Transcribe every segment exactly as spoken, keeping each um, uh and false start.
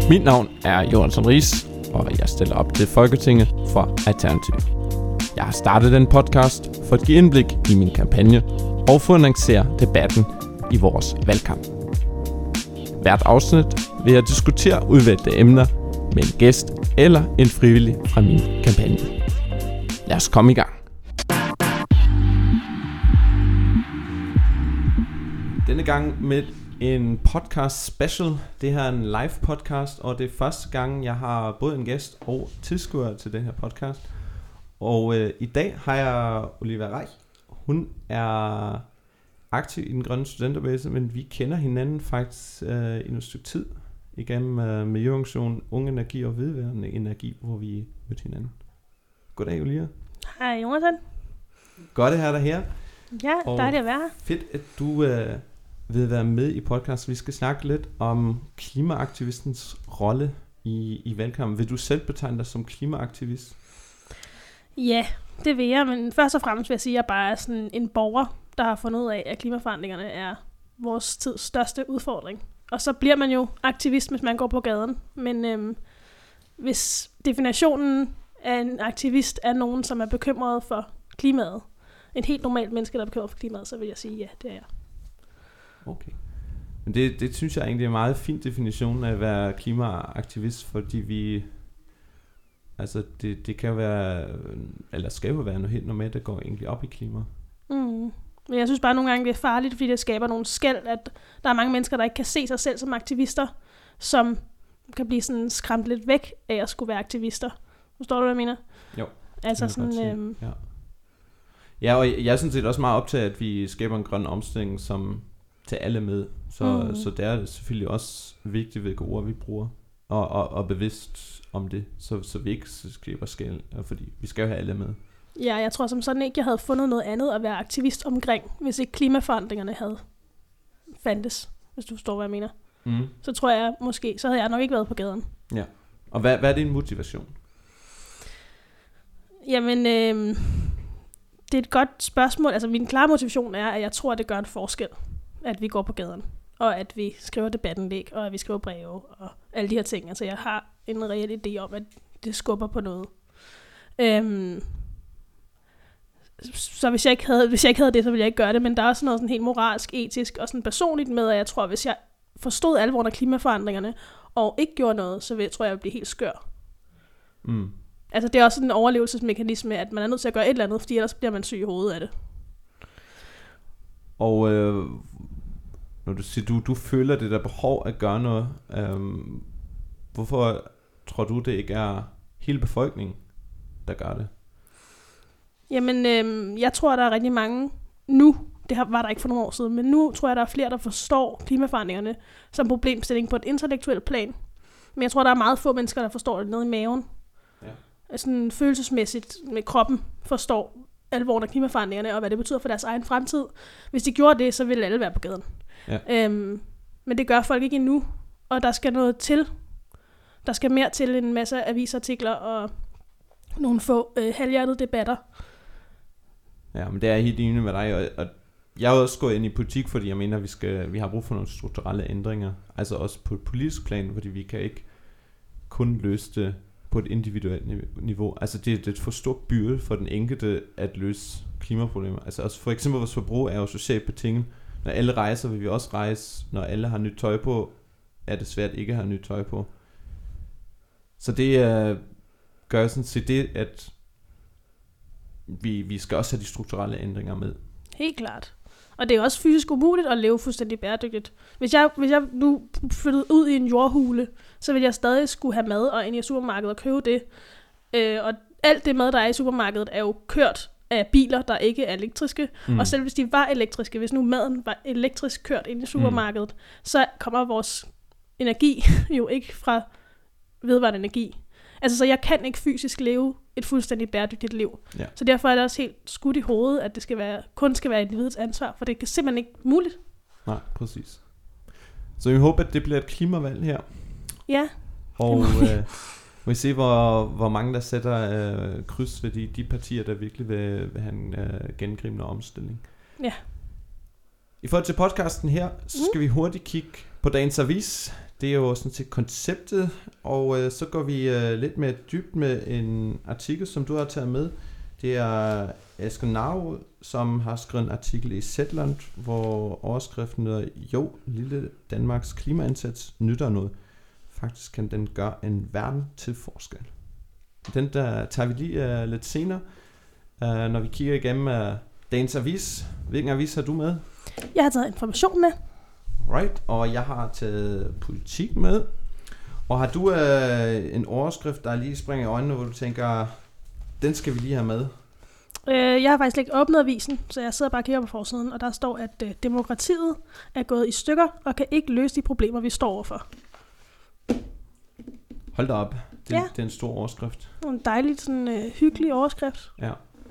Mit navn er Jonathan Ries, og jeg stiller op til Folketinget for Alternativ. Jeg har startet den podcast for at give indblik i min kampagne og for at annoncere debatten i vores valgkamp. Hvert afsnit vil jeg diskutere udvalgte emner med en gæst eller en frivillig fra min kampagne. Lad os komme i gang. Denne gang med en podcast special. Det her er en live podcast, og det er første gang, jeg har både en gæst og tilskuer til den her podcast. Og øh, i dag har jeg Olivia Reich. Hun er aktiv i den grønne studenterbevægelse, men vi kender hinanden faktisk øh, i noget stykke tid igennem øh, miljøorganisationen Ung Energi og Vedvarende Energi, hvor vi mødte hinanden. Goddag, Olivia. Hej, Jonathan. Godt at have dig her. Ja, og dejligt at være her. Fedt, at du øh, vil være med i podcasten. Vi skal snakke lidt om klimaaktivistens rolle i, i valgkampen. Vil du selv betegne dig som klimaaktivist? Ja, det vil jeg, men først og fremmest vil jeg sige, at jeg bare er sådan en borger, der har fundet ud af, at klimaforandringerne er vores tids største udfordring. Og så bliver man jo aktivist, hvis man går på gaden. Men øhm, hvis definitionen af en aktivist er nogen, som er bekymret for klimaet, en helt normalt menneske, der er bekymret for klimaet, så vil jeg sige, ja, det er jeg. Okay. Men det, det synes jeg egentlig er en meget fin definition af at være klimaaktivist, fordi vi, altså det, det kan jo være, eller skal jo være noget helt normalt, der går egentlig op i klima. Mm. Men jeg synes bare nogle gange, det er farligt, fordi det skaber nogle skel, at der er mange mennesker, der ikke kan se sig selv som aktivister, som kan blive sådan skræmt lidt væk af at skulle være aktivister. Forstår du, hvad jeg mener? Jo. Altså sådan, øhm... ja. ja, og jeg er sådan set også meget optaget, at vi skaber en grøn omstilling, som til alle med. Så, mm. så det er selvfølgelig også vigtigt, hvilke ord vi bruger, og, og, og bevidst om det, så, så vi ikke skaber skel, fordi vi skal jo have alle med. Ja, jeg tror som sådan ikke, jeg havde fundet noget andet at være aktivist omkring, hvis ikke klimaforandringerne havde fandtes, hvis du forstår, hvad jeg mener. Mm. Så tror jeg måske, så havde jeg nok ikke været på gaden. Ja, og hvad, hvad er din motivation? Jamen, øh, det er et godt spørgsmål. Altså min klare motivation er, at jeg tror, at det gør en forskel, at vi går på gaden, og at vi skriver debatindlæg, og at vi skriver breve, og alle de her ting. Altså jeg har en reel idé om, at det skubber på noget. Øhm, så hvis jeg, ikke havde, hvis jeg ikke havde det, så ville jeg ikke gøre det, men der er også noget sådan helt moralsk, etisk og sådan personligt med, at jeg tror, at hvis jeg forstod alvoren af klimaforandringerne, og ikke gjorde noget, så jeg tror jeg, jeg ville blive helt skør. Mm. Altså det er også sådan en overlevelsesmekanisme, at man er nødt til at gøre et eller andet, fordi ellers bliver man syg i hovedet af det. Og øh, når du siger, du, du føler det der behov at gøre noget, øh, hvorfor tror du, det ikke er hele befolkningen, der gør det? Jamen, øh, jeg tror, der er rigtig mange nu, det var der ikke for nogle år siden, men nu tror jeg, der er flere, der forstår klimaforandringerne som problemstilling på et intellektuelt plan. Men jeg tror, der er meget få mennesker, der forstår det nede i maven. Ja. Sådan følelsesmæssigt med kroppen forstår alvoren af klimaforandringerne, og hvad det betyder for deres egen fremtid. Hvis de gjorde det, så ville alle være på gaden. Ja. Øhm, men det gør folk ikke endnu, og der skal noget til. Der skal mere til en masse avisartikler og nogle få øh, halvhjertede debatter. Ja, men det er helt enig med dig, og, og jeg er også gået ind i politik, fordi jeg mener, at vi, skal, vi har brug for nogle strukturelle ændringer, altså også på et politisk plan, fordi vi kan ikke kun løse det på et individuelt niveau. Altså det, det er et for stort byrde for den enkelte at løse klimaproblemer. Altså også for eksempel vores forbrug er jo socialt betinget. Når alle rejser, vil vi også rejse. Når alle har nyt tøj på, er det svært ikke at have nyt tøj på. Så det uh, gør sådan set det, at vi, vi skal også have de strukturelle ændringer med. Helt klart. Og det er også fysisk umuligt at leve fuldstændig bæredygtigt. Hvis jeg, hvis jeg nu flyttede ud i en jordhule, så ville jeg stadig skulle have mad og ind i supermarkedet og købe det. Øh, og alt det mad, der er i supermarkedet, er jo kørt af biler, der ikke er elektriske. Mm. Og selv hvis de var elektriske, hvis nu maden var elektrisk kørt ind i supermarkedet, mm. så kommer vores energi jo ikke fra vedvarende energi. Altså, så jeg kan ikke fysisk leve et fuldstændig bæredygtigt liv. Ja. Så derfor er det også helt skudt i hovedet, at det skal være, kun skal være individets ansvar, for det er simpelthen ikke muligt. Nej, præcis. Så vi håber, at det bliver et klimavalg her. Ja. Og øh, må vi se, hvor, hvor mange der sætter øh, kryds ved de, de partier, der virkelig vil, vil have en øh, gennemgribende omstilling. Ja. I forhold til podcasten her, så skal mm. vi hurtigt kigge på dagens avis. Det er jo sådan set konceptet, og øh, så går vi øh, lidt mere dybt med en artikel, som du har taget med. Det er Asger Narud, som har skrevet en artikel i Zetland, hvor overskriften hedder, jo, lille Danmarks klimaindsats nytter noget. Faktisk kan den gøre en verden til forskel. Den der tager vi lige uh, lidt senere, uh, når vi kigger igennem uh, dagens avis. Hvilken avis har du med? Jeg har taget Information med. Right, og jeg har taget Politik med. Og har du uh, en overskrift, der lige springer i øjnene, hvor du tænker, den skal vi lige have med? Øh, jeg har faktisk ikke åbnet avisen, så jeg sidder bare og kigger på forsiden, og der står, at øh, demokratiet er gået i stykker og kan ikke løse de problemer, vi står overfor. Hold da op. Det, ja. det er en stor overskrift. En dejlig, sådan øh, hyggelig overskrift. Ja.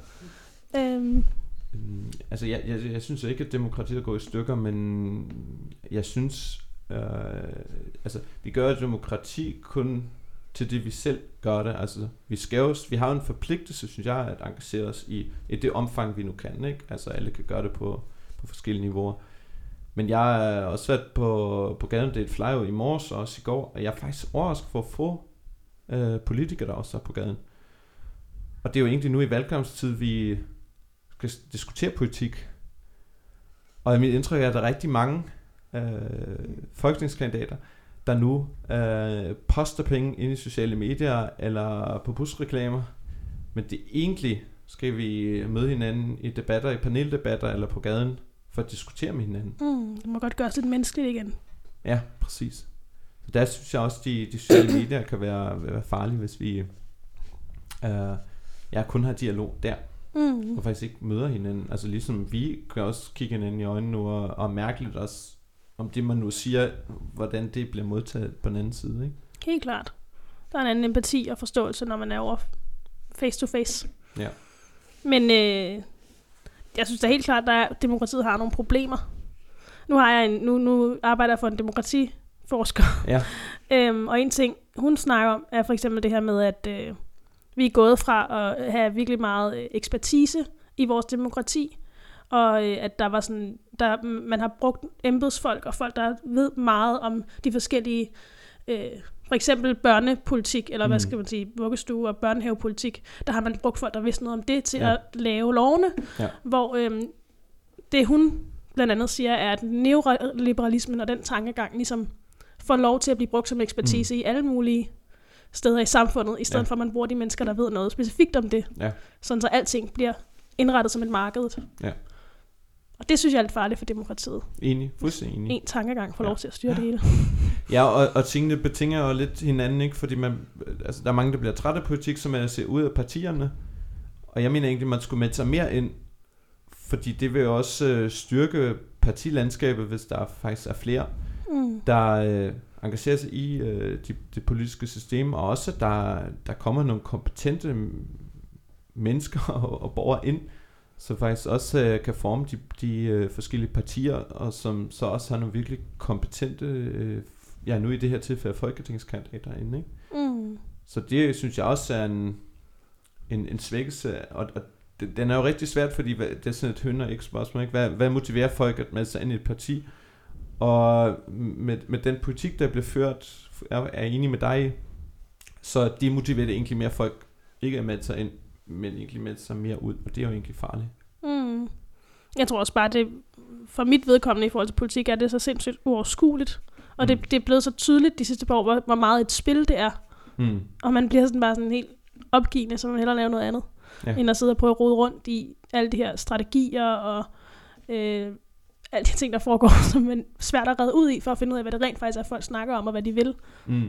Øhm. Mm, altså, jeg, jeg, jeg synes ikke, at demokratiet går i stykker, men jeg synes, øh, altså, vi gør demokrati kun til det, vi selv gør det. Altså, vi skal jo, vi har jo en forpligtelse, synes jeg, at engagere os i, i det omfang, vi nu kan, ikke? Altså, alle kan gøre det på, på forskellige niveauer. Men jeg har også været på, på gaden, det er et flyer i morges og også i går, og jeg er faktisk overrasket for at få øh, politikere, der også er på gaden. Og det er jo egentlig nu i valgkampstid, vi skal diskutere politik. Og mit indtryk er, at der er rigtig mange øh, folketingskandidater, der nu øh, poster penge ind i sociale medier eller på busreklamer. Men det egentlig skal vi møde hinanden i debatter, i paneldebatter eller på gaden, for at diskutere med hinanden. Mm, det må godt gøres lidt menneskeligt igen. Ja, præcis. Så der synes jeg også, at de, de sociale medier kan være, være farlige, hvis vi øh, ja, kun har dialog der. Mm. Og faktisk ikke møder hinanden. Altså ligesom vi kan også kigge hinanden i øjnene nu og, og mærke lidt også, om det man nu siger, hvordan det bliver modtaget på den anden side, ikke? Helt klart. Der er en anden empati og forståelse, når man er over face to face. Ja. Men øh, jeg synes da helt klart, at demokratiet har nogle problemer. Nu har jeg en, nu, nu arbejder jeg for en demokratiforsker. Ja. øhm, og en ting, hun snakker om, er for eksempel det her med, at øh, vi er gået fra at have virkelig meget øh, ekspertise i vores demokrati, og øh, at der var sådan, der, man har brugt embedsfolk og folk, der ved meget om de forskellige, øh, for eksempel børnepolitik, eller mm. hvad skal man sige, vuggestue- og børnehavepolitik. Der har man brugt folk, der vidste noget om det, til ja. at lave lovene, ja. hvor øh, det hun blandt andet siger, er, at neoliberalismen og den tankegang ligesom får lov til at blive brugt som ekspertise mm. i alle mulige steder i samfundet, i stedet ja. for at man bruger de mennesker, der ved noget specifikt om det, ja. sådan så alting bliver indrettet som et marked. Ja. Og det synes jeg er lidt farligt for demokratiet. Enig, fuldstændig enig. En tankegang får ja. lov til at styre det hele. Ja, og, og tingene betinger jo lidt hinanden, ikke? Fordi man, altså, der er mange, der bliver trætte af politik, som er at se ud af partierne. Og jeg mener egentlig, at man skulle melde sig mere ind, fordi det vil jo også øh, styrke partilandskabet, hvis der faktisk er flere, mm. der øh, engagerer sig i øh, de, det politiske system, og også der, der kommer nogle kompetente mennesker og, og borgere ind, så faktisk også øh, kan forme de, de øh, forskellige partier, og som så også har nogle virkelig kompetente, øh, ja nu i det her tilfælde, folketingskandidater inde, ikke? Mm. Så det synes jeg også er en, en, en svækkelse, og, og det, den er jo rigtig svært, fordi det er sådan et høn og ikke spørgsmål, ikke? Hvad, hvad motiverer folk at melde sig ind i et parti? Og med, med den politik, der bliver ført, er, er enig med dig, så det motiverer det egentlig mere folk ikke at melde sig ind, men egentlig melde sig mere ud, og det er jo egentlig farligt. Mm. Jeg tror også bare, det for mit vedkommende i forhold til politik, er det så sindssygt uoverskueligt. Og mm. det, det er blevet så tydeligt de sidste par år, hvor, hvor meget et spil det er. Mm. Og man bliver sådan bare sådan helt opgivende, så man hellere lave noget andet, ja. end at sidde og prøve at rode rundt i alle de her strategier og øh, alle de ting, der foregår, som er svært at redde ud i, for at finde ud af, hvad det rent faktisk er, folk snakker om, og hvad de vil. Mm.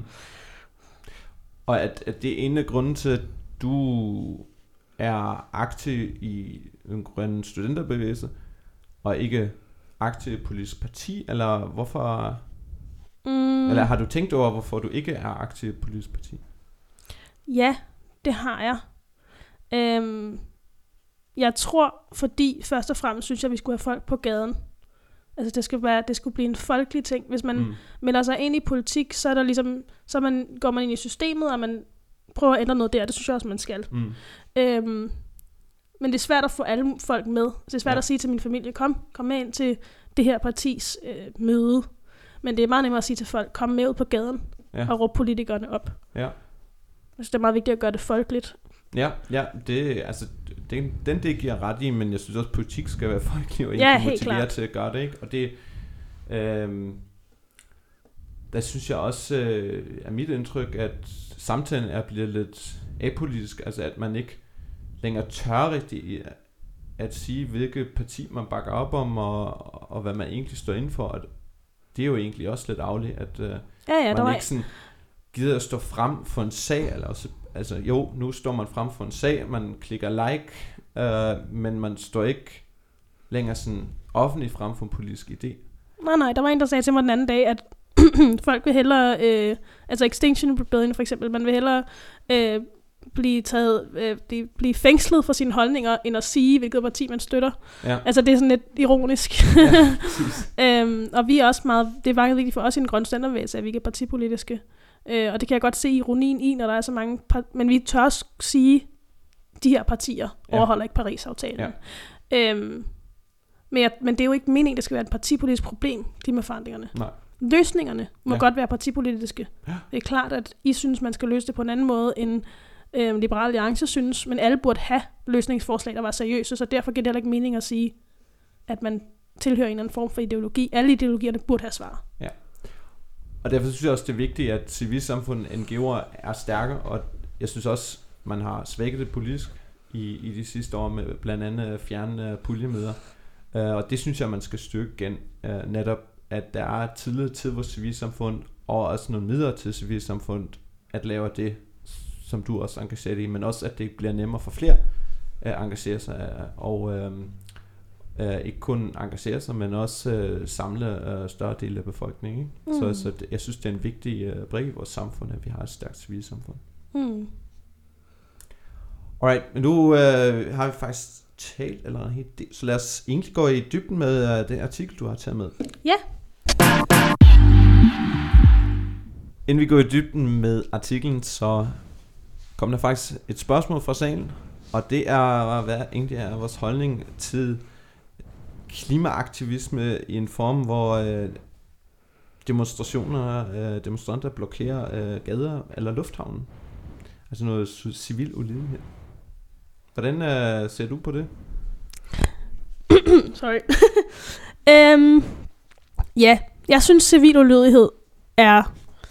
Og at, at det er en af grunden til, at du er aktiv i en grøn studenterbevægelse, og ikke aktiv i politisk parti, eller hvorfor, mm. eller har du tænkt over, hvorfor du ikke er aktiv i politisk parti? Ja, det har jeg. Øhm, jeg tror, fordi først og fremmest synes jeg, at vi skulle have folk på gaden. Altså det skulle være, det skulle blive en folkelig ting. Hvis man mm. melder sig ind i politik, så er der ligesom, så man, går man ind i systemet, og man prøver at ændre noget der. Det synes jeg også, man skal. Mm. Øhm, men det er svært at få alle folk med. Det er svært ja. at sige til min familie, kom, kom med ind til det her partis øh, møde. Men det er meget nemmere at sige til folk, kom med ud på gaden ja. og råbe politikerne op. Ja. Altså, det er meget vigtigt at gøre det folkeligt. Ja, ja, det, altså, det, den det giver ret i, men jeg synes også, at politik skal være folkelig og ja, egentlig motivere til at gøre det, ikke? Og det, øhm, der synes jeg også, øh, er mit indtryk, at samtalen er blevet lidt apolitisk, altså at man ikke længere tør rigtig at sige, hvilket parti man bakker op om, og, og hvad man egentlig står inden for, og det er jo egentlig også lidt ærgerligt, at øh, ja, ja, man ikke sådan gider at stå frem for en sag, eller også, altså jo, nu står man frem for en sag, man klikker like, øh, men man står ikke længere sådan offentligt frem for en politisk idé. Nej, nej, der var en, der sagde til mig den anden dag, at folk vil hellere, øh, altså Extinction Rebellion for eksempel, man vil hellere øh, blive taget, øh, de, blive fængslet for sine holdninger, end at sige, hvilket parti man støtter. Ja. Altså det er sådan lidt ironisk. Ja, øhm, og vi er også meget, det er meget vigtigt for os i en grøn stænderbevægelse, at vi ikke er partipolitiske. Øh, og det kan jeg godt se ironien i, når der er så mange, par- men vi tør også sige, de her partier ja. overholder ikke Paris-aftalen. Ja. Øhm, men, jeg, men det er jo ikke meningen, det skal være et partipolitisk problem, klimaforandringerne. Nej. Løsningerne må ja. godt være partipolitiske. Ja. Det er klart, at I synes, man skal løse det på en anden måde, end øh, Liberale Alliance synes, men alle burde have løsningsforslag, der var seriøse, så derfor giver det heller ikke mening at sige, at man tilhører en eller anden form for ideologi. Alle ideologierne burde have svar. Ja. Og derfor synes jeg også, det er vigtigt, at civilsamfundet, N G O'er er stærke, og jeg synes også, man har svækket det politisk i, i de sidste år med blandt andet at fjerne puljemøder. Uh, og det synes jeg, man skal styrke igen, uh, netop at der er tillid til vores civilsamfund, og også nogle midler til civilsamfundet, at lave det, som du også engagerer i, men også, at det bliver nemmere for flere at engagere sig, og uh, uh, ikke kun engagere sig, men også uh, samle uh, større del af befolkningen. Ikke? Mm. Så, så det, jeg synes, det er en vigtig uh, brik i vores samfund, at vi har et stærkt civilsamfund. Mm. Alright, men nu uh, har vi faktisk talt eller en helt del, så lad os egentlig gå i dybden med uh, den artikel, du har taget med. Ja. Inden vi går i dybden med artiklen, så kom der faktisk et spørgsmål fra salen, og det er, hvad egentlig er vores holdning til klimaaktivisme i en form, hvor øh, demonstrationer, øh, demonstranter blokerer øh, gader eller lufthavnen. Altså noget civil ulydighed. Hvordan øh, ser du på det? Sorry. um, ja, jeg synes civil ulydighed er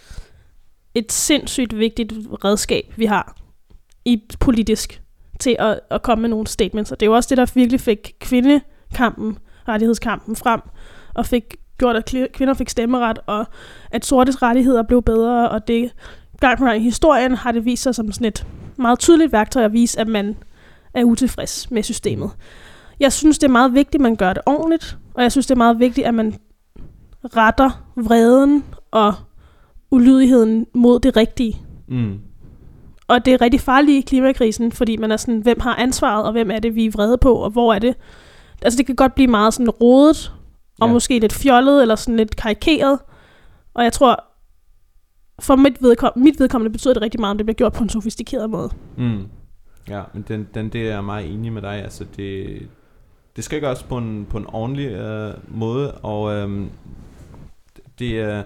et sindssygt vigtigt redskab, vi har i politisk til at, at komme med nogle statements. Og det er jo også det, der virkelig fik kvindekampen, rettighedskampen frem, og fik gjort, at kvinder fik stemmeret, og at sortes rettigheder blev bedre, og det gang på gang i historien har det vist sig som sådan et meget tydeligt værktøj at vise, at man er utilfreds med systemet. Jeg synes, det er meget vigtigt, at man gør det ordentligt, og jeg synes, det er meget vigtigt, at man retter vreden og ulydigheden mod det rigtige. Mm. Og det er rigtig farligt i klimakrisen, fordi man er sådan, hvem har ansvaret, og hvem er det, vi er vrede på, og hvor er det? Altså det kan godt blive meget sådan rodet, og ja. måske lidt fjollet, eller sådan lidt karikeret. Og jeg tror, for mit, vedkom- mit vedkommende betyder det rigtig meget, om det bliver gjort på en sofistikeret måde. Mm. Ja, men den, den det er jeg meget enig med dig. Altså det, det skal gøres på en, på en ordentlig øh, måde, og øh, det øh,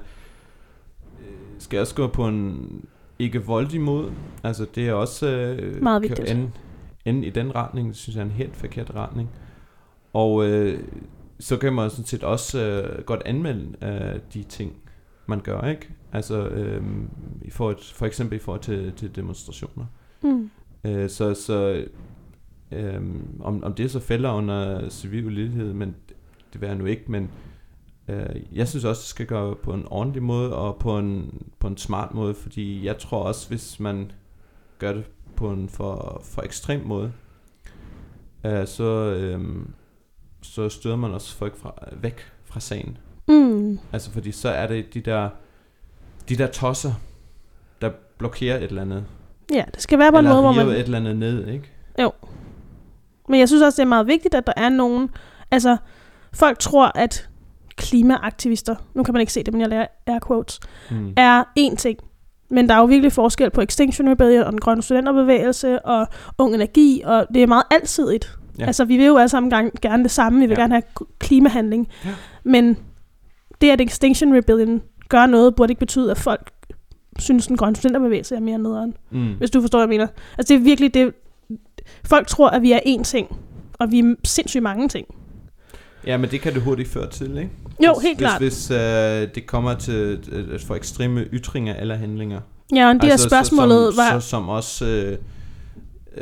skal også gå på en ikke voldig måde. Altså det er også øh, meget vigtigt. Ende, ende i den retning, synes jeg er en helt forkert retning. Og øh, så kan man sådan set også øh, godt anmelde øh, de ting, man gør, ikke? Altså øh, i forhold, for eksempel i forhold til, til demonstrationer. Mm. Øh, så så øh, om, om det så falder under civil ulydighed, men det vil jeg nu ikke, men øh, jeg synes også, det skal gøre på en ordentlig måde, og på en, på en smart måde, fordi jeg tror også, hvis man gør det på en for, for ekstrem måde, øh, så, øh, så støder man også folk fra, væk fra sagen. Mm. Altså fordi så er det de der de der tosser, der blokerer et eller andet. Ja, det skal være på en måde, hvor man... Eller et eller andet ned, ikke? Jo. Men jeg synes også, det er meget vigtigt, at der er nogen... Altså, folk tror, at klimaaktivister, nu kan man ikke se det, men jeg lærer air quotes, mm. er én ting. Men der er jo virkelig forskel på Extinction Rebellion og den grønne studenterbevægelse og Ung Energi, og det er meget alsidigt. Ja. Altså, vi vil jo alle sammen gerne, gerne det samme. Vi vil ja. gerne have klimahandling. Ja. Men det, at Extinction Rebellion gør noget, burde ikke betyde, at folk synes, den grønne studenterbevægelse er mere nederen. Mm. Hvis du forstår, hvad jeg mener. Altså, det er virkelig det. Folk tror, at vi er én ting, og vi er sindssygt mange ting. Ja, men det kan det hurtigt føre til, ikke? Jo, hvis, helt klart. Hvis, hvis uh, det kommer til uh, for ekstreme ytringer eller handlinger. Ja, og en del altså, af spørgsmålet så, som, var... Så, som også... Uh, uh,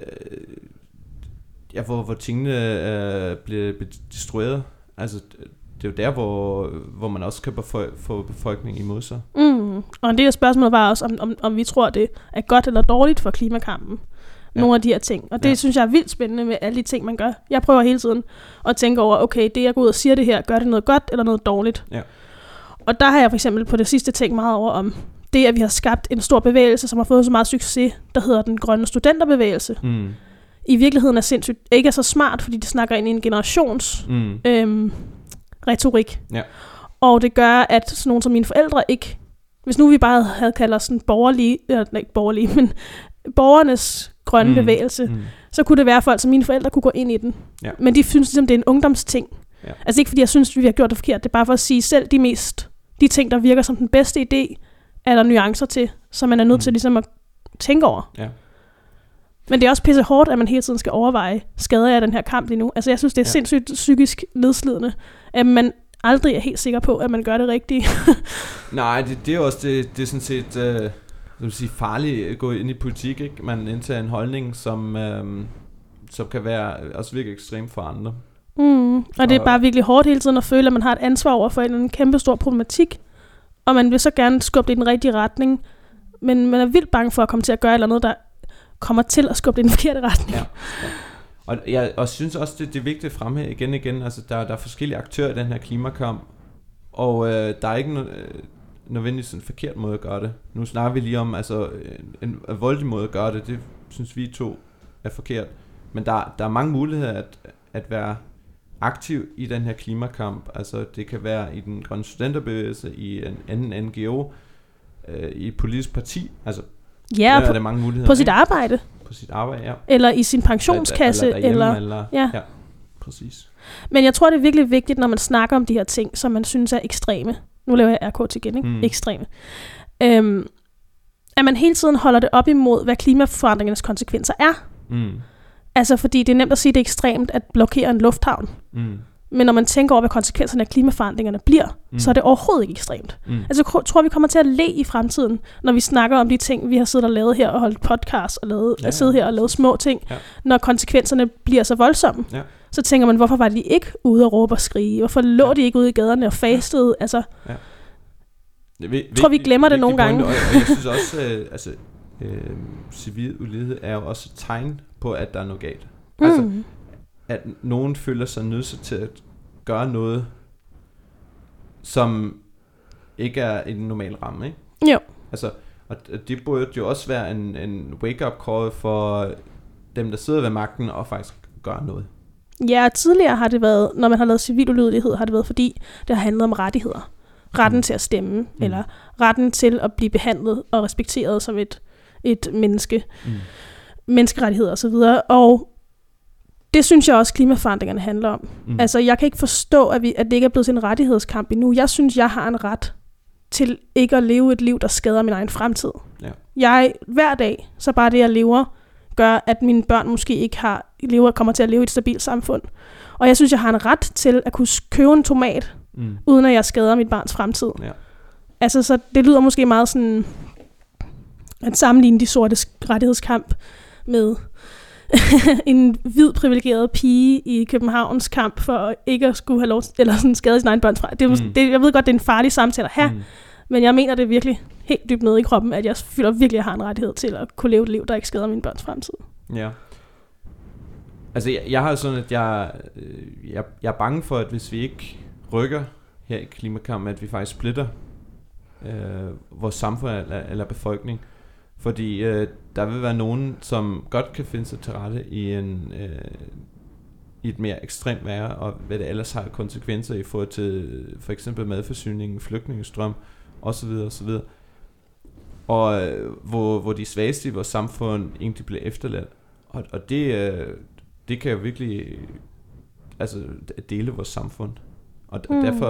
ja, hvor, hvor tingene uh, bliver, bliver destrueret. Altså, det er jo der, hvor, hvor man også kan befo- få befolkningen imod sig. Mm. Og en del af spørgsmålet var også, om, om, om vi tror, det er godt eller dårligt for klimakampen. Ja. Nogle af de her ting. Og det ja. synes jeg er vildt spændende med alle de ting, man gør. Jeg prøver hele tiden at tænke over, okay, det jeg går ud og siger det her, gør det noget godt eller noget dårligt? Ja. Og der har jeg for eksempel på det sidste tænkt meget over om det, at vi har skabt en stor bevægelse, som har fået så meget succes, der hedder den grønne studenterbevægelse. Mm. I virkeligheden er sindssygt ikke er så smart, fordi det snakker ind i en generations mm. øhm, retorik. Ja. Og det gør, at sådan nogen som mine forældre ikke, hvis nu vi bare havde kaldt os sådan borgerlige, eller ikke borgerlige, men borgernes grønne mm. bevægelse, mm. så kunne det være, at folk som mine forældre kunne gå ind i den. Ja. Men de synes ligesom, det er en ungdomsting. Ja. Altså ikke fordi jeg synes, vi har gjort det forkert, det er bare for at sige selv de mest, de ting, der virker som den bedste idé, er der nuancer til, så man er nødt mm. til ligesom at tænke over. Ja. Men det er også pisse hårdt, at man hele tiden skal overveje, skader jeg den her kamp lige nu? Altså jeg synes, det er ja. sindssygt psykisk nedslidende, at man aldrig er helt sikker på, at man gør det rigtige. Nej, det, det er også det, det er sådan set øh, jeg vil sige, farligt at gå ind i politik, ikke? Man indtager en holdning, som, øh, som kan være også virkelig ekstremt for andre. Mm, og det er bare virkelig hårdt hele tiden at føle, at man har et ansvar over for en kæmpe stor problematik, og man vil så gerne skubbe det i den rigtige retning, men man er vildt bange for at komme til at gøre et eller andet, der kommer til at skubbe det i den forkerte retning. Ja, ja. Og jeg og synes også, det, det er vigtigt at fremhæve igen og igen, altså der, der er forskellige aktører i den her klimakamp, og øh, der er ikke no, øh, nødvendigvis en forkert måde at gøre det. Nu snakker vi lige om, altså en, en voldelig måde at gøre det, det synes vi to er forkert. Men der, der er mange muligheder at, at være aktiv i den her klimakamp. Altså det kan være i den grønne studenterbevægelse, i en anden N G O, øh, i et politisk parti, altså ja, der er der mange muligheder. På sit arbejde. På sit arbejde, ja. Eller i sin pensionskasse. Eller, eller, eller, eller ja. ja, præcis. Men jeg tror, det er virkelig vigtigt, når man snakker om de her ting, som man synes er ekstreme. Nu laver jeg R K til igen, ikke? Mm. Ekstreme. Øhm, at man hele tiden holder det op imod, hvad klimaforandringernes konsekvenser er. Mm. Altså, fordi det er nemt at sige, at det er ekstremt at blokere en lufthavn. Mm. Men når man tænker over, hvad konsekvenserne af klimaforandringerne bliver, mm. så er det overhovedet ikke ekstremt. Mm. Altså, jeg tror, vi kommer til at le i fremtiden, når vi snakker om de ting, vi har siddet og lavet her, og holdt podcast, og lavet, ja, ja. siddet her og lavet små ting. Ja. Når konsekvenserne bliver så voldsomme, ja. så tænker man, hvorfor var de ikke ude og råbe og skrige? Hvorfor lå ja. de ikke ude i gaderne og fastede? Altså, ja. jeg vi, tror, vi glemmer vi, det nogle gange. Og jeg synes også, øh, altså, øh, civil ulighed er jo også et tegn på, at der er noget galt. Mm. Altså, at nogen føler sig nødt til at gøre noget, som ikke er i den normale ramme, ikke? Jo. Altså, og det burde jo også være en, en wake-up call for dem, der sidder ved magten, og faktisk gøre noget. Ja, tidligere har det været, når man har lavet civil ulydighed, har det været, fordi det har handlet om rettigheder. Retten mm. til at stemme, mm. eller retten til at blive behandlet og respekteret som et, et menneske. Mm. Menneskerettigheder og så videre. Og det synes jeg også, klimaforandringerne handler om. Mm. Altså, jeg kan ikke forstå, at, vi, at det ikke er blevet til en rettighedskamp endnu. Jeg synes, jeg har en ret til ikke at leve et liv, der skader min egen fremtid. Ja. Jeg, hver dag, så bare det, jeg lever, gør, at mine børn måske ikke har, lever, kommer til at leve i et stabilt samfund. Og jeg synes, jeg har en ret til at kunne købe en tomat, mm. uden at jeg skader mit barns fremtid. Ja. Altså, så det lyder måske meget sådan, at sammenligne de sorte rettighedskamp med en hvid privilegeret pige i Københavns kamp for ikke at skulle have lov eller sådan skade sin egen børn fra. Det, mm. det, jeg ved godt, det er en farlig samtale at have, mm. men jeg mener det virkelig helt dybt nede i kroppen, at jeg føler virkelig, at jeg har en rettighed til at kunne leve et liv, der ikke skader min børns fremtid. Ja. Altså, jeg, jeg har sådan, at jeg, jeg, jeg er bange for, at hvis vi ikke rykker her i klimakampen, at vi faktisk splitter øh, vores samfund eller, eller befolkning. Fordi øh, der vil være nogen, som godt kan finde sig til rette i, en, øh, i et mere ekstremt vejr, og hvad det ellers har konsekvenser i forhold til for eksempel madforsyning, flygtningestrøm osv. osv. Og øh, hvor, hvor de svageste i vores samfund egentlig bliver efterladt. Og, og det, øh, det kan jo virkelig altså, dele vores samfund. Og mm. derfor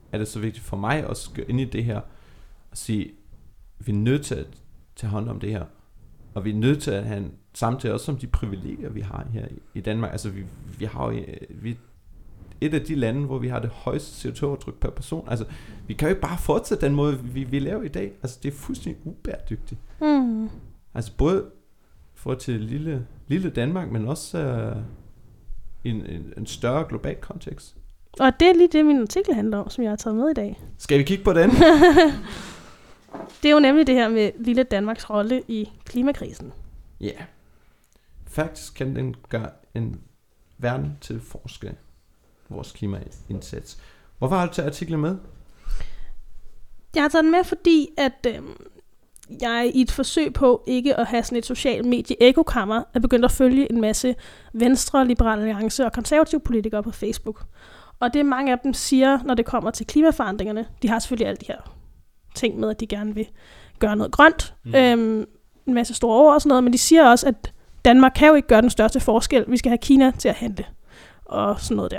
er det så vigtigt for mig at gå ind i det her og sige, vi er nødt til at tage hånd om det her. Og vi er nødt til at have en samtale også om de privilegier, vi har her i, i Danmark. Altså vi, vi har jo vi, et af de lande, hvor vi har det højeste C O to aftryk per person. Altså vi kan jo ikke bare fortsætte den måde, vi, vi laver i dag. Altså det er fuldstændig ubæredygtigt. Mm. Altså både for til lille, lille Danmark, men også uh, i en, en, en større global kontekst. Og det er lige det, min artikel handler om, som jeg har taget med i dag. Skal vi kigge på den? Det er jo nemlig det her med lille Danmarks rolle i klimakrisen. Ja. Yeah. Faktisk kan den gøre en verden til forskel. Vores klimaindsats. Hvorfor har du taget artiklen med? Jeg har taget den med, fordi at øh, jeg i et forsøg på ikke at have sådan et socialt medie-ekokammer, er begyndt at følge en masse Venstre, Liberale Alliance og konservative politikere på Facebook. Og det mange af dem siger, når det kommer til klimaforandringerne, de har selvfølgelig alle de her ting med, at de gerne vil gøre noget grønt, mm. øhm, en masse store ord og sådan noget, men de siger også, at Danmark kan jo ikke gøre den største forskel. Vi skal have Kina til at handle, og sådan noget der.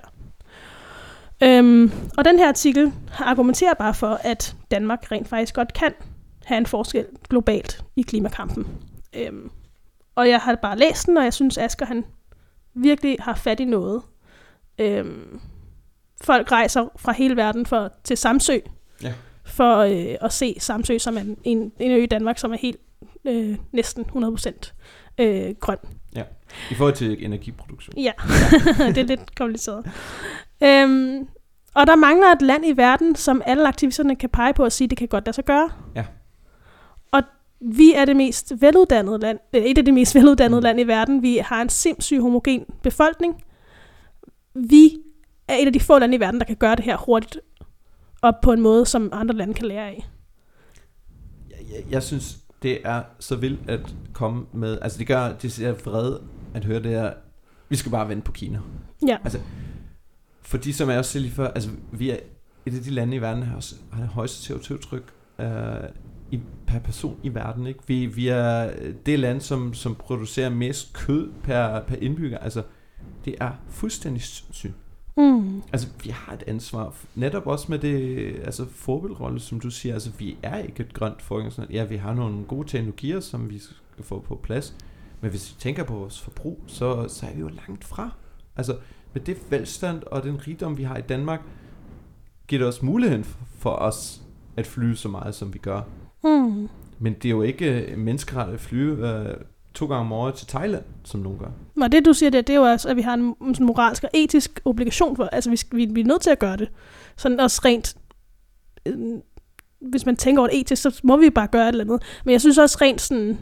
Øhm, og den her artikel argumenterer bare for, at Danmark rent faktisk godt kan have en forskel globalt i klimakampen. Øhm, og jeg har bare læst den, og jeg synes, Asger han virkelig har fat i noget. Øhm, folk rejser fra hele verden for, til Samsø, ja. for øh, at se Samsø, som er en, en, en ø i Danmark, som er helt øh, næsten hundrede procent øh, grøn. Ja, i forhold til energiproduktion. Ja, det er lidt kompliceret. Øhm, og der mangler et land i verden, som alle aktivisterne kan pege på og sige, det kan godt lade sig gøre. Ja. Og vi er det mest veluddannede land, et af de mest veluddannede mm. land i verden. Vi har en sindssygt homogen befolkning. Vi er et af de få lande i verden, der kan gøre det her hurtigt og på en måde, som andre lande kan lære af. Jeg, jeg, jeg synes, det er så vildt at komme med, altså det gør, det er vrede at høre det her, vi skal bare vente på Kina. Ja. Altså, for de som er også lige før, altså vi er et af de lande i verden, der har, har det højeste C O to tryk øh, i, per person i verden, ikke? Vi, vi er det land, som, som producerer mest kød per, per indbygger, altså det er fuldstændig sygt. Mm. Altså vi har et ansvar, netop også med det, altså forbillerolle, som du siger, altså vi er ikke et grønt foregangsland. Ja, vi har nogle gode teknologier, som vi skal få på plads, men hvis vi tænker på vores forbrug, så, så er vi jo langt fra. Altså med det velstand og den rigdom, vi har i Danmark, giver det os muligheden for, for os at flyve så meget, som vi gør. Mm. Men det er jo ikke menneskeret at flyve øh, to gange om året til Thailand, som nogen gør. Og det du siger der, det er jo også, at vi har en, en moralsk og etisk obligation for, altså vi, vi, vi er nødt til at gøre det. Sådan også rent, øh, hvis man tænker over det etisk, så må vi bare gøre et eller andet. Men jeg synes også rent sådan,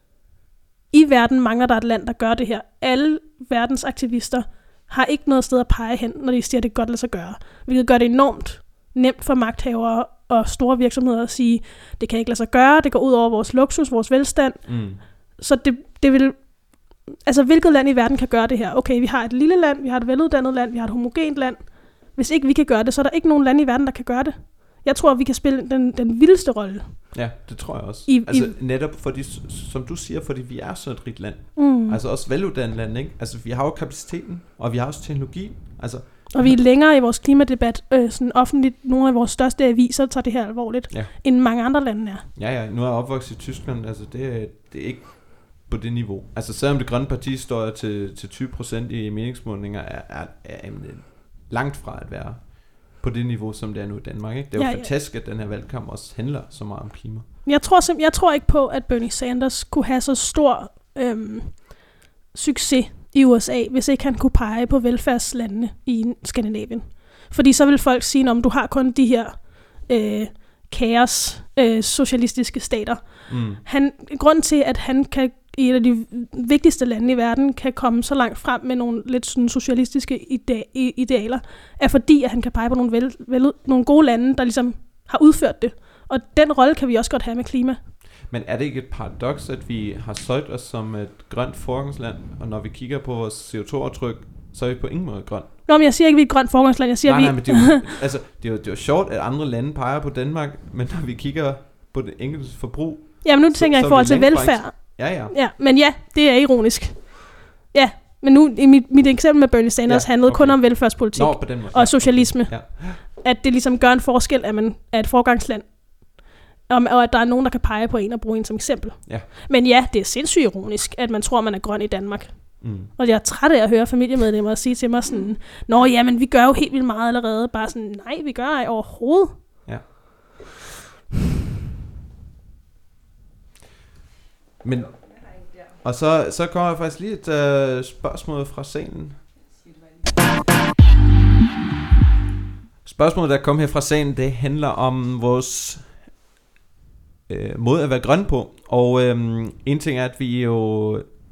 i verden mangler der et land, der gør det her. Alle verdens aktivister har ikke noget sted at pege hen, når de siger, at det godt lader sig gøre. Hvilket gør det enormt nemt for magthavere og store virksomheder at sige, det kan ikke lade sig gøre, det går ud over vores luksus, vores velstand. Mm. Så det, det vil, altså hvilket land i verden kan gøre det her? Okay, vi har et lille land, vi har et veluddannet land, vi har et homogent land. Hvis ikke vi kan gøre det, så er der ikke nogen land i verden, der kan gøre det. Jeg tror, vi kan spille den, den vildeste rolle. Ja, det tror jeg også. I, altså i, netop fordi, som du siger, fordi vi er så et rigt land. Mm. Altså også veluddannet land, ikke? Altså vi har jo kapaciteten, og vi har også teknologi. Altså, og vi er længere i vores klimadebat, øh, sådan offentligt, nogle af vores største aviser tager det her alvorligt, ja. End mange andre lande er. Ja, ja, nu er jeg opvokset i Tyskland, altså det, det er ikke på det niveau. Altså selvom det grønne parti står til, til tyve procent i meningsmålinger, er, er, er, er langt fra at være på det niveau, som det er nu i Danmark. Ikke? Det er jo ja, fantastisk, ja. At den her valgkamp også handler så meget om klima. Jeg tror, sim- jeg tror ikke på, at Bernie Sanders kunne have så stor øhm, succes i U S A, hvis ikke han kunne pege på velfærdslandene i Skandinavien. Fordi så vil folk sige, om du har kun de her øh, kaos øh, socialistiske stater. Mm. Han, grunden til, at han kan i et af de vigtigste lande i verden kan komme så langt frem med nogle lidt sådan socialistiske ide- idealer, er fordi, at han kan pege på nogle, vel, vel, nogle gode lande, der ligesom har udført det. Og den rolle kan vi også godt have med klima. Men er det ikke et paradoks, at vi har søgt os som et grønt foregangsland, og når vi kigger på vores C O to aftryk, så er vi på ingen måde grønt? Nå, men jeg siger ikke, at vi er et grønt foregangsland. Jeg siger, nej, vi... nej, men det er, jo, altså, det, er jo, det er jo sjovt, at andre lande peger på Danmark, men når vi kigger på det enkelte forbrug... Jamen nu tænker så, jeg i forhold til velfærd. Ja, ja. Ja, men ja, det er ironisk. Ja, Men nu, i mit, mit eksempel med Bernie Sanders Ja, handlede okay. kun om velfærdspolitik Nå, på den måde. og Ja, socialisme. okay. Ja. At det ligesom gør en forskel, at man er et forgangsland. Og, og at der er nogen, der kan pege på en og bruge en som eksempel. Ja. Men ja, det er sindssygt ironisk, at man tror, man er grøn i Danmark. Mm. Og jeg er træt af at høre familiemedlemmer sige til mig sådan, nå ja, men vi gør jo helt vildt meget allerede. Bare sådan, nej, vi gør ej overhovedet. Ja. Men, og så, så kommer der faktisk lige et øh, spørgsmål fra salen. Spørgsmålet, der kom her fra salen, det handler om vores øh, måde at være grøn på. Og øh, en ting er, at vi jo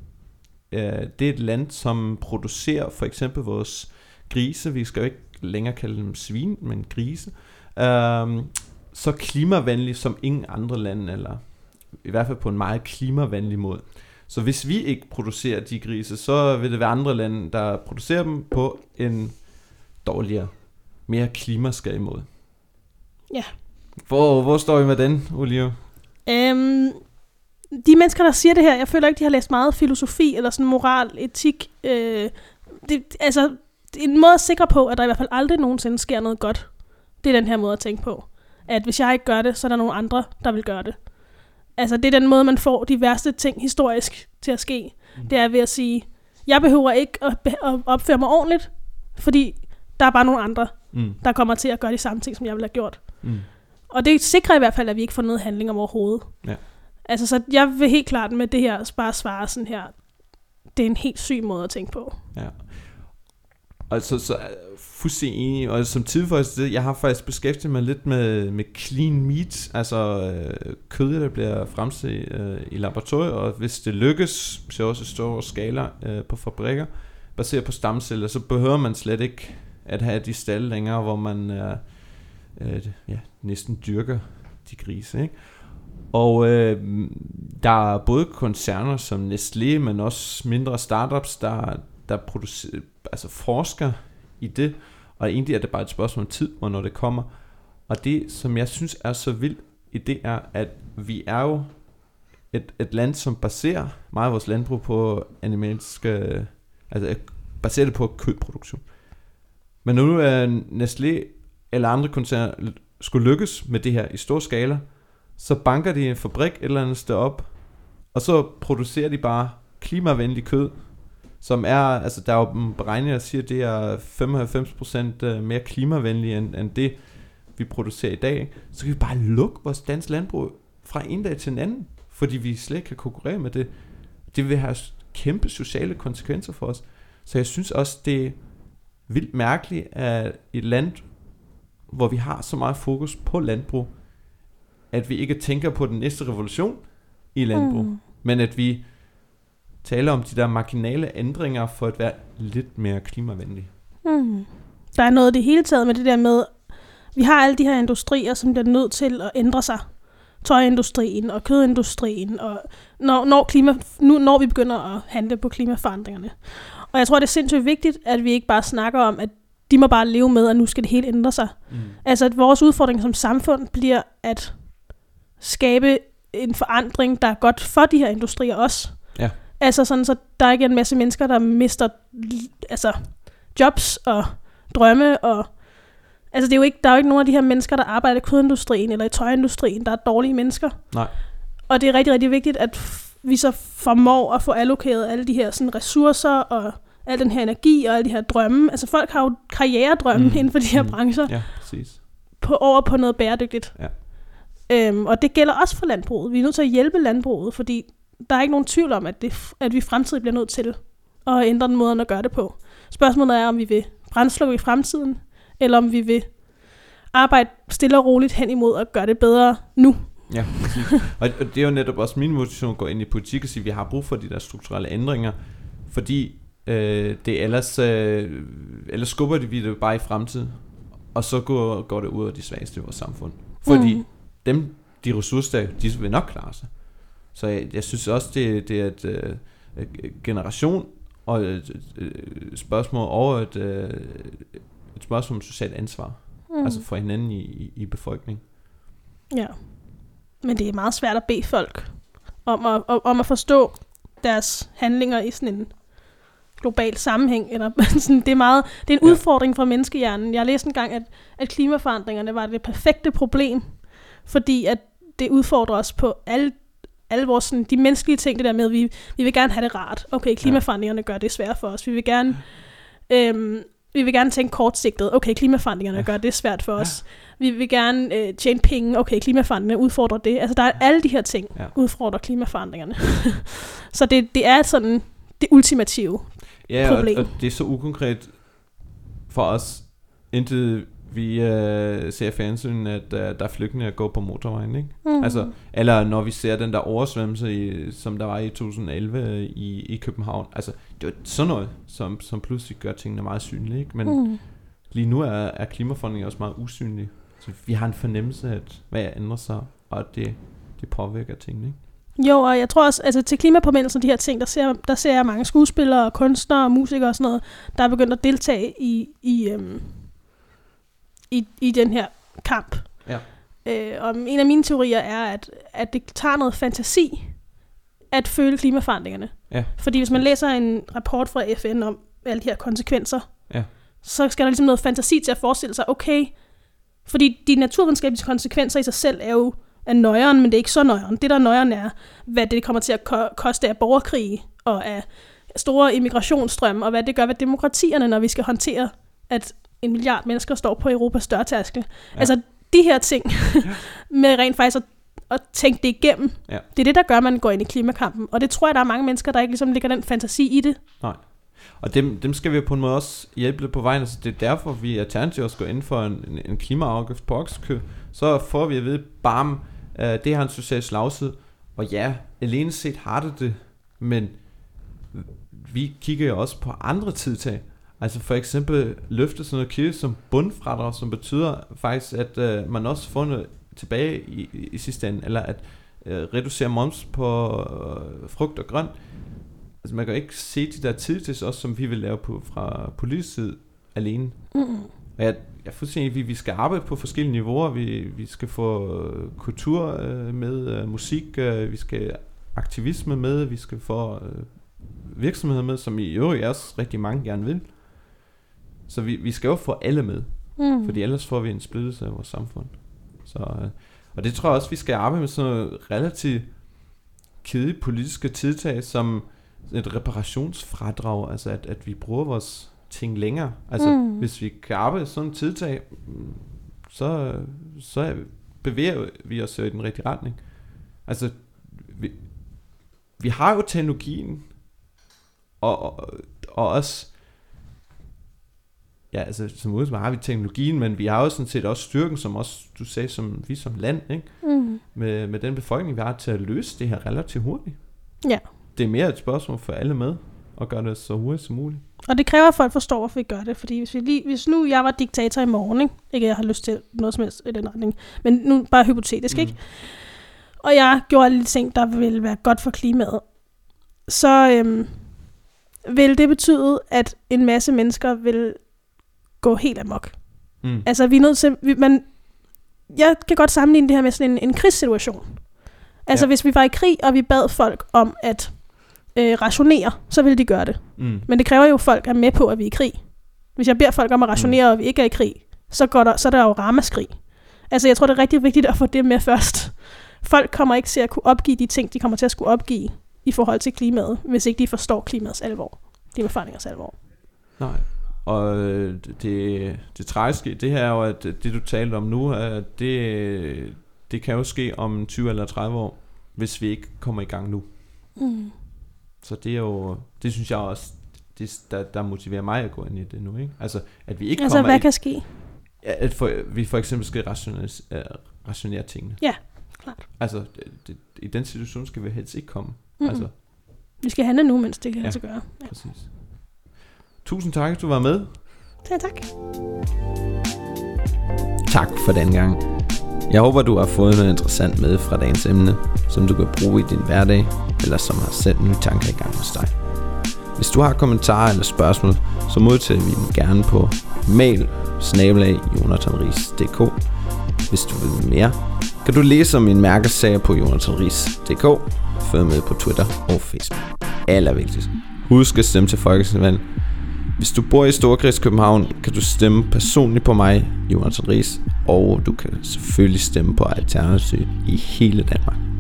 øh, det er et land, som producerer for eksempel vores grise. Vi skal jo ikke længere kalde dem svin, men grise. Øh, så klimavenligt som ingen andre lande, eller i hvert fald på en meget klimavenlig måde. Så hvis vi ikke producerer de grise, så vil det være andre lande, der producerer dem på en dårligere, mere klimaskadelig måde. Ja. Hvor, hvor står I med den, Olivia? Øhm, de mennesker, der siger det her, jeg føler ikke, de har læst meget filosofi, eller sådan moral, etik. Øh, det, altså, det er en måde at sikre på, at der i hvert fald aldrig nogensinde sker noget godt. Det er den her måde at tænke på. At hvis jeg ikke gør det, så er der nogle andre, der vil gøre det. Altså, det er den måde, man får de værste ting historisk til at ske. Mm. Det er ved at sige, jeg behøver ikke at, be- at opføre mig ordentligt, fordi der er bare nogle andre, Mm. der kommer til at gøre de samme ting, som jeg ville have gjort. Mm. Og det sikrer i hvert fald, at vi ikke får noget handling om overhovedet. Ja. Altså, så jeg vil helt klart med det her bare svare sådan her, det er en helt syg måde at tænke på. Ja. Altså, så fuldstændig enig, og som tilføjelse til det, jeg har faktisk beskæftiget mig lidt med, med clean meat, altså øh, kød, der bliver fremstillet øh, i laboratoriet, og hvis det lykkes, så også i store skala øh, på fabrikker, baseret på stamceller, så behøver man slet ikke at have de stalle længere, hvor man øh, øh, ja, næsten dyrker de grise, ikke? Og øh, der er både koncerner som Nestlé, men også mindre startups, der, der producerer, altså forsker i det, og egentlig er det bare et spørgsmål om tid, hvornår det kommer. Og det, som jeg synes er så vildt i det, er, at vi er jo et, et land, som baserer meget af vores landbrug på animalske, altså baserer det på kødproduktion. Men nu er Nestlé eller andre koncerner skulle lykkes med det her i stor skala, så banker de en fabrik et eller andet sted op, og så producerer de bare klimavenlig kød, som er, altså der er jo beregninger, der siger, at det er femoghalvfems procent mere klimavenlig end, end det, vi producerer i dag. Så kan vi bare lukke vores dansk landbrug fra en dag til en anden, fordi vi slet ikke kan konkurrere med det. Det vil have kæmpe sociale konsekvenser for os. Så jeg synes også, det er vildt mærkeligt, at et land, hvor vi har så meget fokus på landbrug, at vi ikke tænker på den næste revolution i landbrug, mm. men at vi taler om de der marginale ændringer for at være lidt mere klimavenlige. Mm. Der er noget i det hele taget med det der med, vi har alle de her industrier, som bliver nødt til at ændre sig. Tøjindustrien og kødindustrien, og når, når, klima, nu, når vi begynder at handle på klimaforandringerne. Og jeg tror, det er sindssygt vigtigt, at vi ikke bare snakker om, at de må bare leve med, at nu skal det hele ændre sig. Mm. Altså, at vores udfordring som samfund bliver at skabe en forandring, der er godt for de her industrier også. Ja. Altså sådan, så der ikke er en masse mennesker, der mister altså, jobs og drømme. Og, altså, det er jo ikke, der er jo ikke nogen af de her mennesker, der arbejder i kødindustrien eller i tøjindustrien, der er dårlige mennesker. Nej. Og det er rigtig, rigtig vigtigt, at vi så formår at få allokeret alle de her sådan, ressourcer og al den her energi og alle de her drømme. Altså folk har jo karrieredrømme mm. inden for de her mm. brancher. Ja, præcis. På, over på noget bæredygtigt. Ja. Øhm, og det gælder også for landbruget. Vi er nødt til at hjælpe landbruget, fordi der er ikke nogen tvivl om, at, det, at vi i fremtiden bliver nødt til at ændre den måde at gøre det på. Spørgsmålet er, om vi vil brændslukke i fremtiden, eller om vi vil arbejde stille og roligt hen imod at gøre det bedre nu. Ja, præcis. Og det er jo netop også min motivation at gå ind i politik og sige, at vi har brug for de der strukturelle ændringer, fordi øh, det ellers, øh, ellers skubber vi det bare i fremtiden, og så går, går det ud af de svageste i vores samfund. Fordi mm. dem, de ressourcer, de vil nok klare sig. Så jeg, jeg synes også, det, det er et øh, generation og et, et spørgsmål over et, øh, et spørgsmål om socialt ansvar. Mm. Altså for hinanden i, i, i befolkningen. Ja. Men det er meget svært at bede folk om at, om at forstå deres handlinger i sådan en global sammenhæng. Eller sådan, det er meget, det er en Ja. udfordring for menneskehjernen. Jeg læste engang, at, at klimaforandringerne var det perfekte problem, fordi at det udfordrer os på alle, alle vores, sådan, de menneskelige ting, det der med, at vi, vi vil gerne have det rart. Okay, klimaforandringerne gør det svært for os. Vi vil gerne, øhm, vi vil gerne tænke kortsigtet. Okay, klimaforandringerne Ja. gør det svært for os. Vi vil gerne øh, tjene penge. Okay, klimaforandringerne udfordrer det. Altså, der er alle de her ting, Ja. udfordrer klimaforandringerne. Så det, det er sådan det ultimative Ja, og, problem. og det er så ukonkret for os, indtil vi øh, ser fjernsyn, at øh, der er flygtninge, der går på motorvejen, ikke? Mm. Altså, eller når vi ser den der oversvømmelse, i, som der var i to tusind og elleve i, i København. Altså, det er sådan noget, som, som pludselig gør tingene meget synlige, ikke? Men Mm. lige nu er, er klimaforandring også meget usynlig. Så vi har en fornemmelse af, at hvad ændrer sig, og at det, det påvirker tingene, ikke? Jo, og jeg tror også, altså til klimapåmindelsen, de her ting, der ser, der ser jeg mange skuespillere, kunstnere og musikere og sådan noget, der er begyndt at deltage i, i, øhm, i, i den her kamp. Ja. Øh, og en af mine teorier er, at, at det tager noget fantasi at føle klimaforandringerne. Ja. Fordi hvis man læser en rapport fra F N om alle de her konsekvenser, Ja. så skal der ligesom noget fantasi til at forestille sig, okay, fordi de naturvidenskabelige konsekvenser i sig selv er jo er nøjeren, men det er ikke så nøjeren. Det, der er nøjeren, er, hvad det kommer til at ko- koste af borgerkrige og af store immigrationsstrømme, og hvad det gør ved demokratierne, når vi skal håndtere, at en milliard mennesker står på Europas dørtærskel. Ja. Altså, de her ting, med rent faktisk at, at tænke det igennem, Ja. det er det, der gør, at man går ind i klimakampen. Og det tror jeg, der er mange mennesker, der ikke ligesom lægger den fantasi i det. Nej. Og dem, dem skal vi på en måde også hjælpe lidt på vejen. Altså, det er derfor, vi i Alternativ også går ind for en, en, en klimaafgift på oksekød. Så får vi at vide, bam, øh, det har en social slagside. Og ja, alene set har det det, men vi kigger jo også på andre tiltag. Altså for eksempel løfte sådan noget kirke som bundfradrag, som betyder faktisk, at øh, man også får noget tilbage i, i, i sidste ende, eller at øh, reducere moms på øh, frugt og grønt. Altså man kan jo ikke se de der tiltag også, som vi vil lave på fra politisk side alene. Mm. Og jeg, jeg er fuldstændig, at vi, vi skal arbejde på forskellige niveauer. Vi, vi skal få øh, kultur øh, med, øh, musik, øh, vi skal aktivisme med, vi skal få øh, virksomheder med, som i øvrigt også rigtig mange gerne vil. Så vi, vi skal jo få alle med, Mm. fordi ellers får vi en splittelse af vores samfund. Så, øh, og det tror jeg også, vi skal arbejde med sådan noget relativt kedelige politiske tiltag, som et reparationsfradrag, altså at, at vi bruger vores ting længere. Altså Mm. hvis vi kan arbejde sådan et tiltag, så, så bevæger vi os i den rigtige retning. Altså vi, vi har jo teknologien, og, og, og også ja, altså som udgangspunkt har vi teknologien, men vi har jo sådan set også styrken, som også du sagde, som vi som land, ikke? Mm. Med, med den befolkning vi har til at løse det her relativt hurtigt. Ja. Det er mere et spørgsmål for alle med at gøre det så hurtigt som muligt. Og det kræver, at folk forstår, hvorfor vi gør det. Fordi hvis, vi lige, hvis nu jeg var diktator i morgen, ikke, ikke at jeg har lyst til noget som helst i den retning, men nu bare hypotetisk, mm. ikke? Og jeg gjorde alle de ting, der ville være godt for klimaet, så øhm, vil det betyde, at en masse mennesker vil gå helt amok. Mm. Altså, vi er nødt til... Vi, man, jeg kan godt sammenligne det her med sådan en, en krigssituation. Altså, Ja. hvis vi var i krig, og vi bad folk om at øh, rationere, så ville de gøre det. Mm. Men det kræver jo, at folk er med på, at vi er i krig. Hvis jeg beder folk om at rationere, mm. og vi ikke er i krig, så, går der, så er der jo ramaskrig. Altså, jeg tror, det er rigtig vigtigt at få det med først. Folk kommer ikke til at kunne opgive de ting, de kommer til at skulle opgive i forhold til klimaet, hvis ikke de forstår klimaets alvor. Klimaforandringers alvor. Nej. Og øh, det, det tragiske det her er jo, at det du talte om nu, at det, det kan jo ske om tyve eller tredive år, hvis vi ikke kommer i gang nu. Mm. Så det er jo, det synes jeg også, det, der, der motiverer mig at gå ind i det nu, ikke? Altså, at vi ikke Altså, kommer hvad i, kan ske? at for, vi for eksempel skal rationere, uh, rationere tingene. Ja, klart. Altså, det, det, i den situation skal vi helst ikke komme. Mm-mm. Altså, Vi skal handle nu, mens det kan Ja. lade sig gøre. Ja. præcis. Tusind tak, at du var med. Ja, tak. Tak for den gang. Jeg håber, du har fået noget interessant med fra dagens emne, som du kan bruge i din hverdag, eller som har sat nye tanker i gang hos dig. Hvis du har kommentarer eller spørgsmål, så modtager vi dem gerne på mail snabel-a jonathanriis punktum d k. Hvis du vil vide mere, kan du læse om min mærkesager på jonathanriis punktum d k. Følg med på Twitter og Facebook. Allervigtigst. Husk at stemme til folketingsvalg. Hvis du bor i Storkreds København, kan du stemme personligt på mig, Jonas Ries, og du kan selvfølgelig stemme på Alternativet i hele Danmark.